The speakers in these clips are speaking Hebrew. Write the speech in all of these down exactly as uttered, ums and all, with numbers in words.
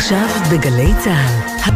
עכשיו בגלי צהל.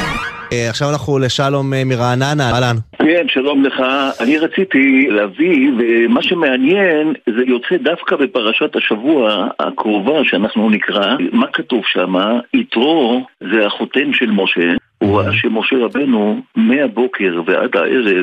עכשיו אנחנו לשלום מרעננה. אהלן. כן, שלום לך. אני רציתי להביא, ומה שמעניין זה יוצא דווקא בפרשת השבוע הקרובה שאנחנו נקרא. מה כתוב שם? יתרו זה החותן של משה. הוא ראה שמשה רבנו מהבוקר ועד הערב,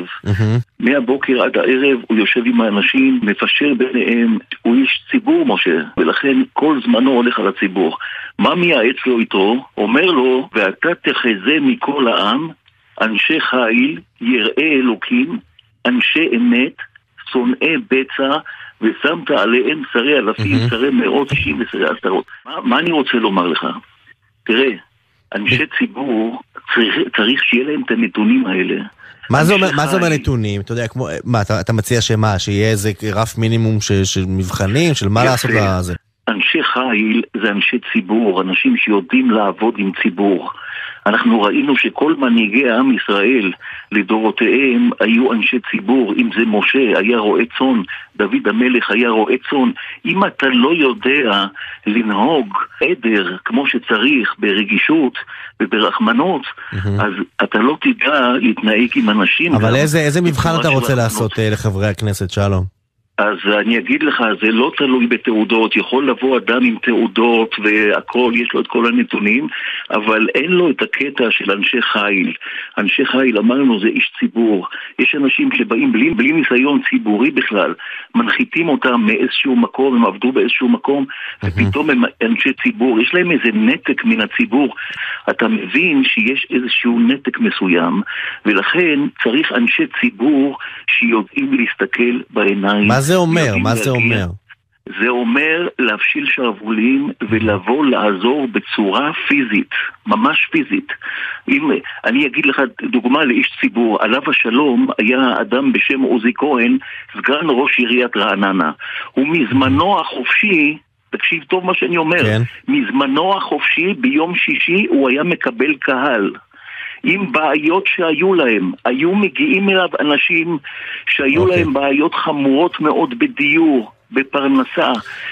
מהבוקר עד הערב הוא יושב עם האנשים, מפשר ביניהם, הוא איש ציבור משה, ולכן כל זמנו הולך על הציבור. מה מייעץ לו יתרו? אומר לו, ואתה תחזה מכל העם, אנשי חיל, יראי אלוקים, אנשי אמת, שונאי בצע, ושמת עליהם שרי אלפים, שרי מאות אישים ושרי עשרות. מה, מה אני רוצה לומר לך? תראה, אנשי ציבור צריך, צריך שיהיה להם את הנתונים האלה. מה זה אומר, מה זה אומר נתונים? אתה יודע, כמו, מה, אתה, אתה מציע שמה, שיהיה איזה רף מינימום של, של מבחנים, של מה לעשות לזה? אנשי חיל זה אנשי ציבור, אנשים שיודעים לעבוד עם ציבור. אנחנו ראינו שכל מנהיגי עם ישראל לדורותיהם היו אנשי ציבור. אם זה משה היה רועה צאן, דוד המלך היה רועה צאן. אם אתה לא יודע לנהוג עדר כמו שצריך ברגישות וברחמנות, mm-hmm. אז אתה לא תדע להתנהג עם אנשים. אבל איזה, איזה מבחן אתה רוצה לעשות לחברי הכנסת, שלום? אז אני אגיד לך, זה לא תלוי בתעודות, יכול לבוא אדם עם תעודות והכל, יש לו את כל הנתונים, אבל אין לו את הקטע של אנשי חיל. אנשי חיל, אמרנו, זה איש ציבור. יש אנשים שבאים בלי, בלי ניסיון ציבורי בכלל, מנחיתים אותם מאיזשהו מקום, הם עבדו באיזשהו מקום, ופתאום הם אנשי ציבור. יש להם איזה נתק מן הציבור. אתה מבין שיש איזשהו נתק מסוים, ולכן צריך אנשי ציבור שיודעים להסתכל בעיניים. מה זה אומר? מה זה אומר? זה אומר להפשיל שרוולים ולבוא לעזור בצורה פיזית, ממש פיזית. אם אני אגיד לך דוגמה לאיש ציבור, עליו השלום היה אדם בשם עוזי כהן, סגן ראש עיריית רעננה. הוא מזמנו החופשי, תקשיב טוב מה שאני אומר, כן. מזמנו החופשי ביום שישי הוא היה מקבל קהל. עם בעיות שהיו להם, היו מגיעים אליו אנשים שהיו okay. להם בעיות חמורות מאוד בדיור, בפרנסה.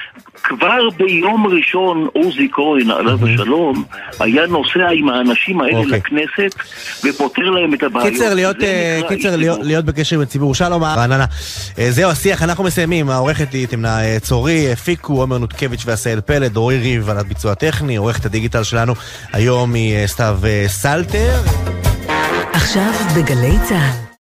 כבר ביום ראשון עוזי כהן עליו mm-hmm. השלום היה נוסע עם האנשים האלה okay. לכנסת ופותר להם את הבעיות. קיצר, להיות, uh, קיצר להיות, להיות בקשר עם הציבור. שלום רעננה. uh, זהו השיח, אנחנו מסיימים. העורכת היא תמנה uh, צורי, פיקו, עומר נותקביץ' ועשאל פלד, דורי ריב על הביצוע הטכני, עורכת הדיגיטל שלנו היום היא uh, סתיו uh, סלטר. עכשיו בגלי צהל.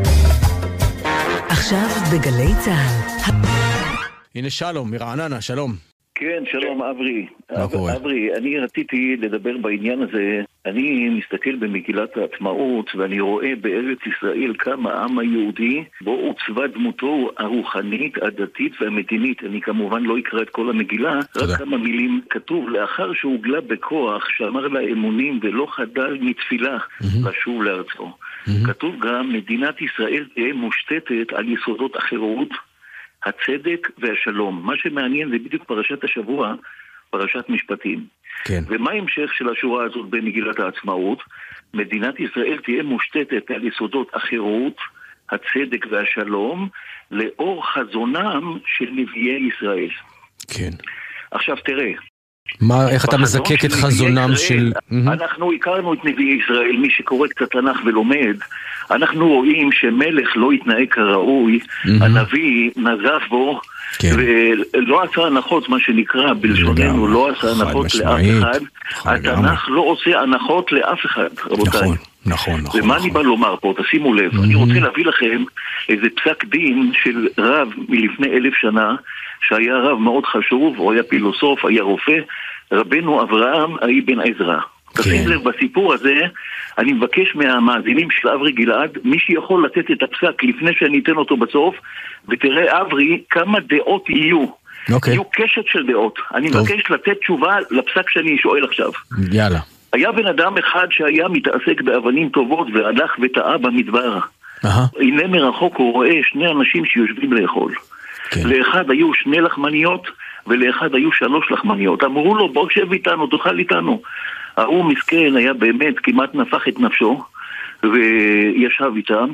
עכשיו בגלי צהל. הנה שלום, מרעננה, שלום. כן, שלום אברי. אברי, אני רציתי לדבר בעניין הזה. אני מסתכל במגילת העצמאות ואני רואה בארץ ישראל כמה העם היהודי בו עוצבה דמותו הרוחנית, הדתית והמדינית. אני כמובן לא אקרא את כל המגילה, רק כמה מילים. כתוב, לאחר שהוגלה בכוח, שאמר לה אמונים ולא חדל מתפילה לשוב לארצו. כתוב גם, מדינת ישראל תהיה מושתתת על יסודות החירות, הצדק והשלום. מה שמעניין זה בדיוק פרשת השבוע, פרשת משפטים. כן. ומה ההמשך של השורה הזאת במגילת העצמאות? מדינת ישראל תהיה מושתתת על יסודות החירות, הצדק והשלום, לאור חזונם של נביאי ישראל. כן. עכשיו תראה. מה, איך אתה מזקק את חזונם של... אנחנו הכרנו את נביאי ישראל, מי שקורא קצת תנ"ך ולומד, אנחנו רואים שמלך לא התנהג כראוי, הנביא נזף בו, ולא עשה הנחות, מה שנקרא בלשוננו, לא עשה הנחות לאף אחד, התנ"ך לא עושה הנחות לאף אחד, רבותיי. נכון, נכון. ומה אני בא לומר פה, תשימו לב, אני רוצה להביא לכם איזה פסק דין של רב מלפני אלף שנה, שהיה רב מאוד חשוב, הוא היה פילוסוף, היה רופא, רבנו אברהם היה בן עזרא. תשים לב, בסיפור הזה, אני מבקש מהמאזינים של אברי גלעד, מי שיכול לתת את הפסק לפני שאני אתן אותו בסוף, ותראה אברי כמה דעות יהיו. יהיו קשת של דעות. אני מבקש לתת תשובה לפסק שאני שואל עכשיו. יאללה. היה בן אדם אחד שהיה מתעסק באבנים טובות והלך וטעה במדבר. הנה מרחוק הוא רואה שני אנשים שיושבים לאכול. לאחד היו שני לחמניות ולאחד היו שלוש לחמניות. אמרו לו בוא שב איתנו, תאכל איתנו. ההוא מסכן היה באמת כמעט נפח את נפשו וישב איתם.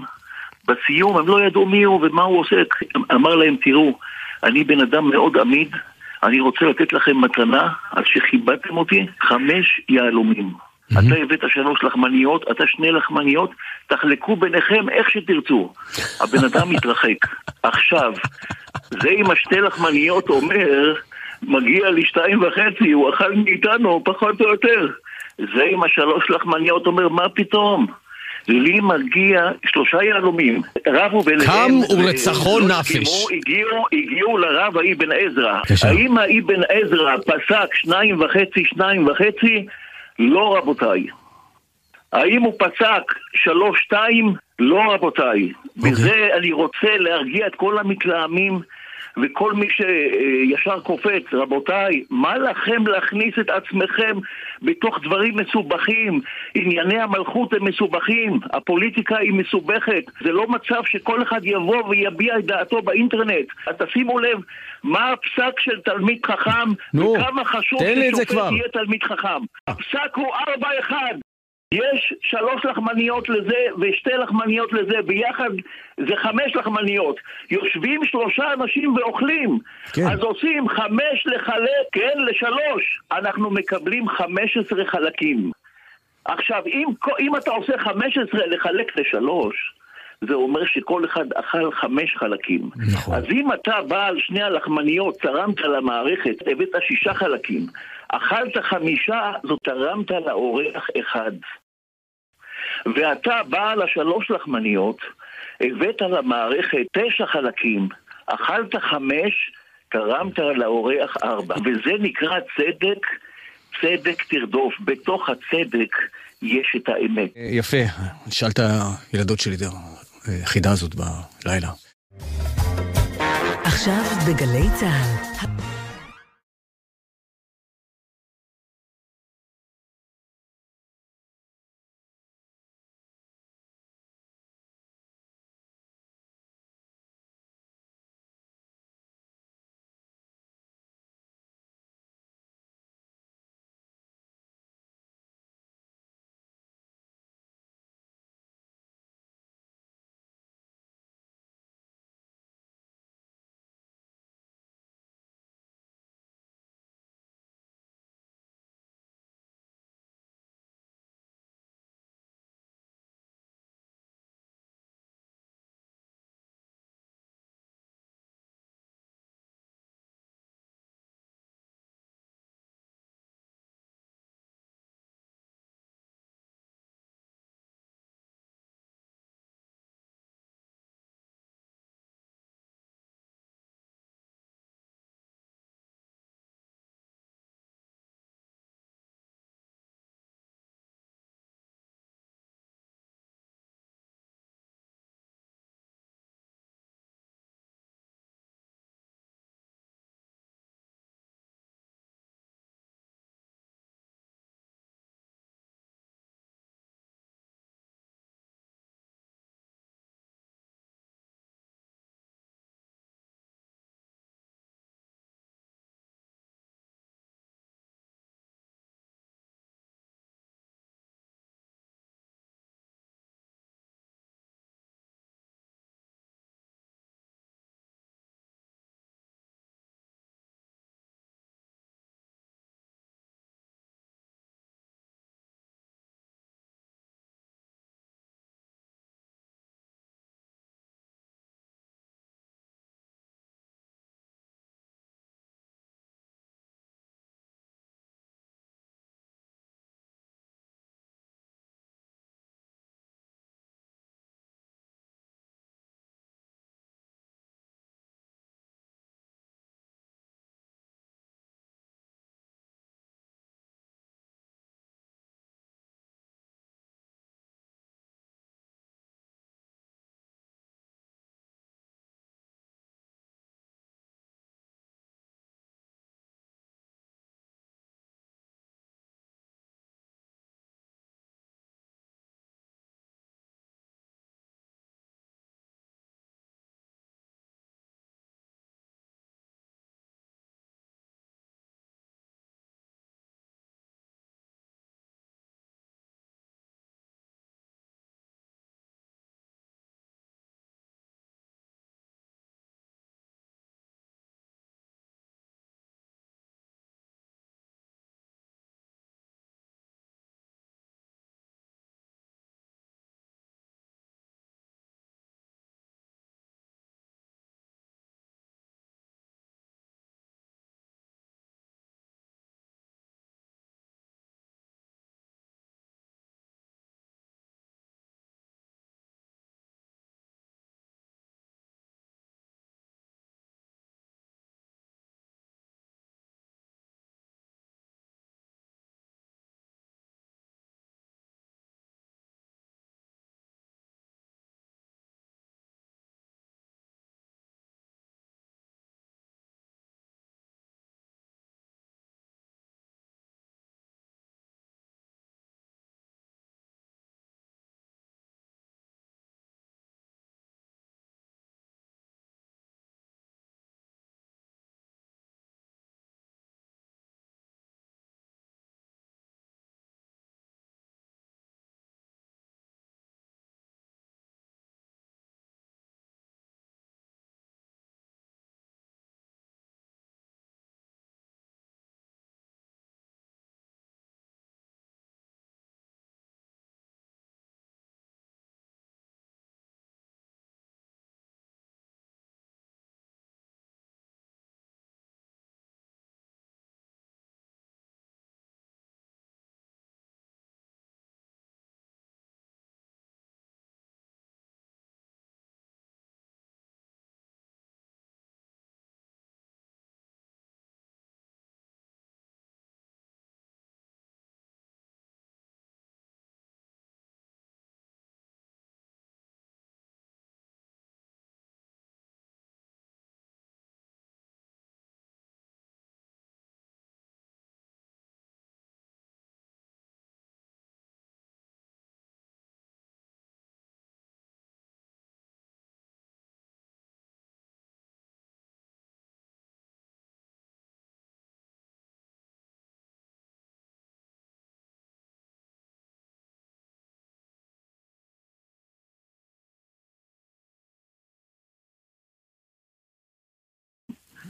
בסיום הם לא ידעו מי הוא ומה הוא עושה. אמר להם תראו, אני בן אדם מאוד עמיד, אני רוצה לתת לכם מתנה על שכיבדתם אותי, חמש יהלומים. Mm-hmm. אתה הבאת שלוש לחמניות, אתה שני לחמניות, תחלקו ביניכם איך שתרצו. הבן אדם מתרחק. עכשיו, זה עם השתי לחמניות אומר, מגיע לי שתיים וחצי, הוא אכל מאיתנו פחות או יותר. זה עם השלוש לחמניות אומר, מה פתאום? לי מגיע שלושה יהלומים. רבו ביניהם... קם ורצחו נפש. הגיעו, הגיעו לרב האבן עזרא. האם האבן עזרא פסק שניים וחצי, שניים וחצי? לא רבותיי. האם הוא פסק שלוש שתיים? לא רבותיי. בזה אני רוצה להרגיע את כל המתלהמים וכל מי שישר קופץ. רבותיי, מה לכם להכניס את עצמכם בתוך דברים מסובכים? ענייני המלכות הם מסובכים, הפוליטיקה היא מסובכת. זה לא מצב שכל אחד יבוא ויביע את דעתו באינטרנט. אז תשימו לב מה הפסק של תלמיד חכם, נו, וכמה חשוב ששופט יהיה תלמיד חכם. הפסק הוא ארבע אחד. יש שלוש לחמניות לזה ושתי לחמניות לזה, ביחד זה חמש לחמניות. יושבים שלושה אנשים ואוכלים, כן. אז עושים חמש לחלק, כן, לשלוש. אנחנו מקבלים חמש עשרה חלקים. עכשיו, אם, אם אתה עושה חמש עשרה לחלק לשלוש, זה אומר שכל אחד אכל חמש חלקים. נכון. אז אם אתה בא על שני הלחמניות, צרמת למערכת, הבאת שישה חלקים. אכלת חמישה, זאת תרמת לאורח אחד. ואתה בא על השלוש לחמניות, הבאת למערכת תשע חלקים, אכלת חמש, תרמת לאורח ארבע. וזה נקרא צדק, צדק תרדוף. בתוך הצדק יש את האמת. יפה, שאלת הילדות שלי, החידה הזאת בלילה. עכשיו בגלי צהל.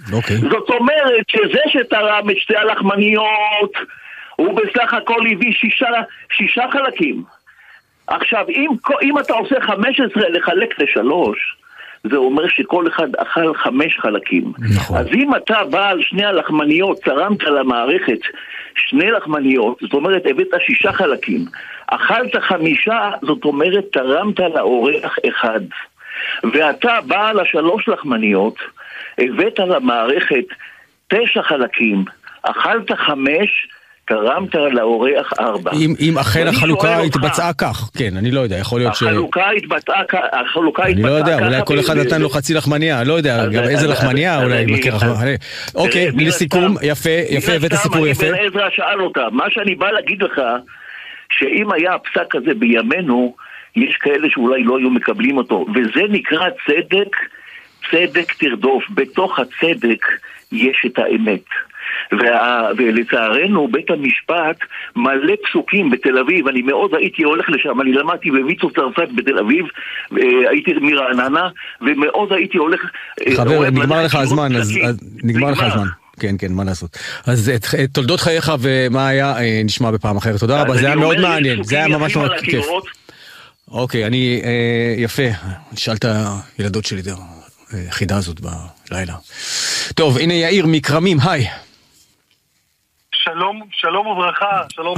אוקיי. זאת אומרת שזה שתרם את שתי הלחמניות, הוא בסך הכל הביא שישה, שישה חלקים. עכשיו, אם, אם אתה עושה חמש עשרה לחלק לשלוש, זה אומר שכל אחד אכל חמש חלקים. נכון. אז אם אתה בא על שני הלחמניות, תרמת למערכת שני לחמניות, זאת אומרת הבאת שישה חלקים, אכלת חמישה, זאת אומרת תרמת לאורח אחד. ואתה בא על השלוש לחמניות, הבאת למערכת תשע חלקים, אכלת חמש, תרמת לאורח ארבע. אם, אם אכן החלוקה התבצעה כך, כן, אני לא יודע, יכול להיות ש... החלוקה התבצעה כך, החלוקה אני התבצעה לא יודע, ככה... אולי כל אחד נתן לו חצי לחמניה, לא יודע, גם איזה לחמניה, אולי מכיר לחמניה. אוקיי, לסיכום, יפה, יפה, הבאת סיפור יפה. בן עזרא שאל אותה, מה שאני בא להגיד לך, שאם היה הפסק הזה בימינו, יש כאלה שאולי לא היו מקבלים אותו, וזה נקרא צדק, צדק תרדוף, בתוך הצדק יש את האמת. וה... ולצערנו בית המשפט מלא פסוקים בתל אביב, אני מאוד הייתי הולך לשם, אני למדתי בויצו צרפת בתל אביב, הייתי מרעננה, ומאוד הייתי הולך... חבר, נגמר לך הזמן, אז, אז נגמר לך הזמן. כן, כן, מה לעשות. אז את, את תולדות חייך ומה היה, נשמע בפעם אחרת. תודה רבה, זה היה מאוד מעניין, זה היה ממש מאוד כיף. אוקיי, אני, יפה, שאלת הילדות שלי את החידה הזאת בלילה. טוב, הנה יאיר מקרמים, היי. שלום, שלום וברכה, שלום.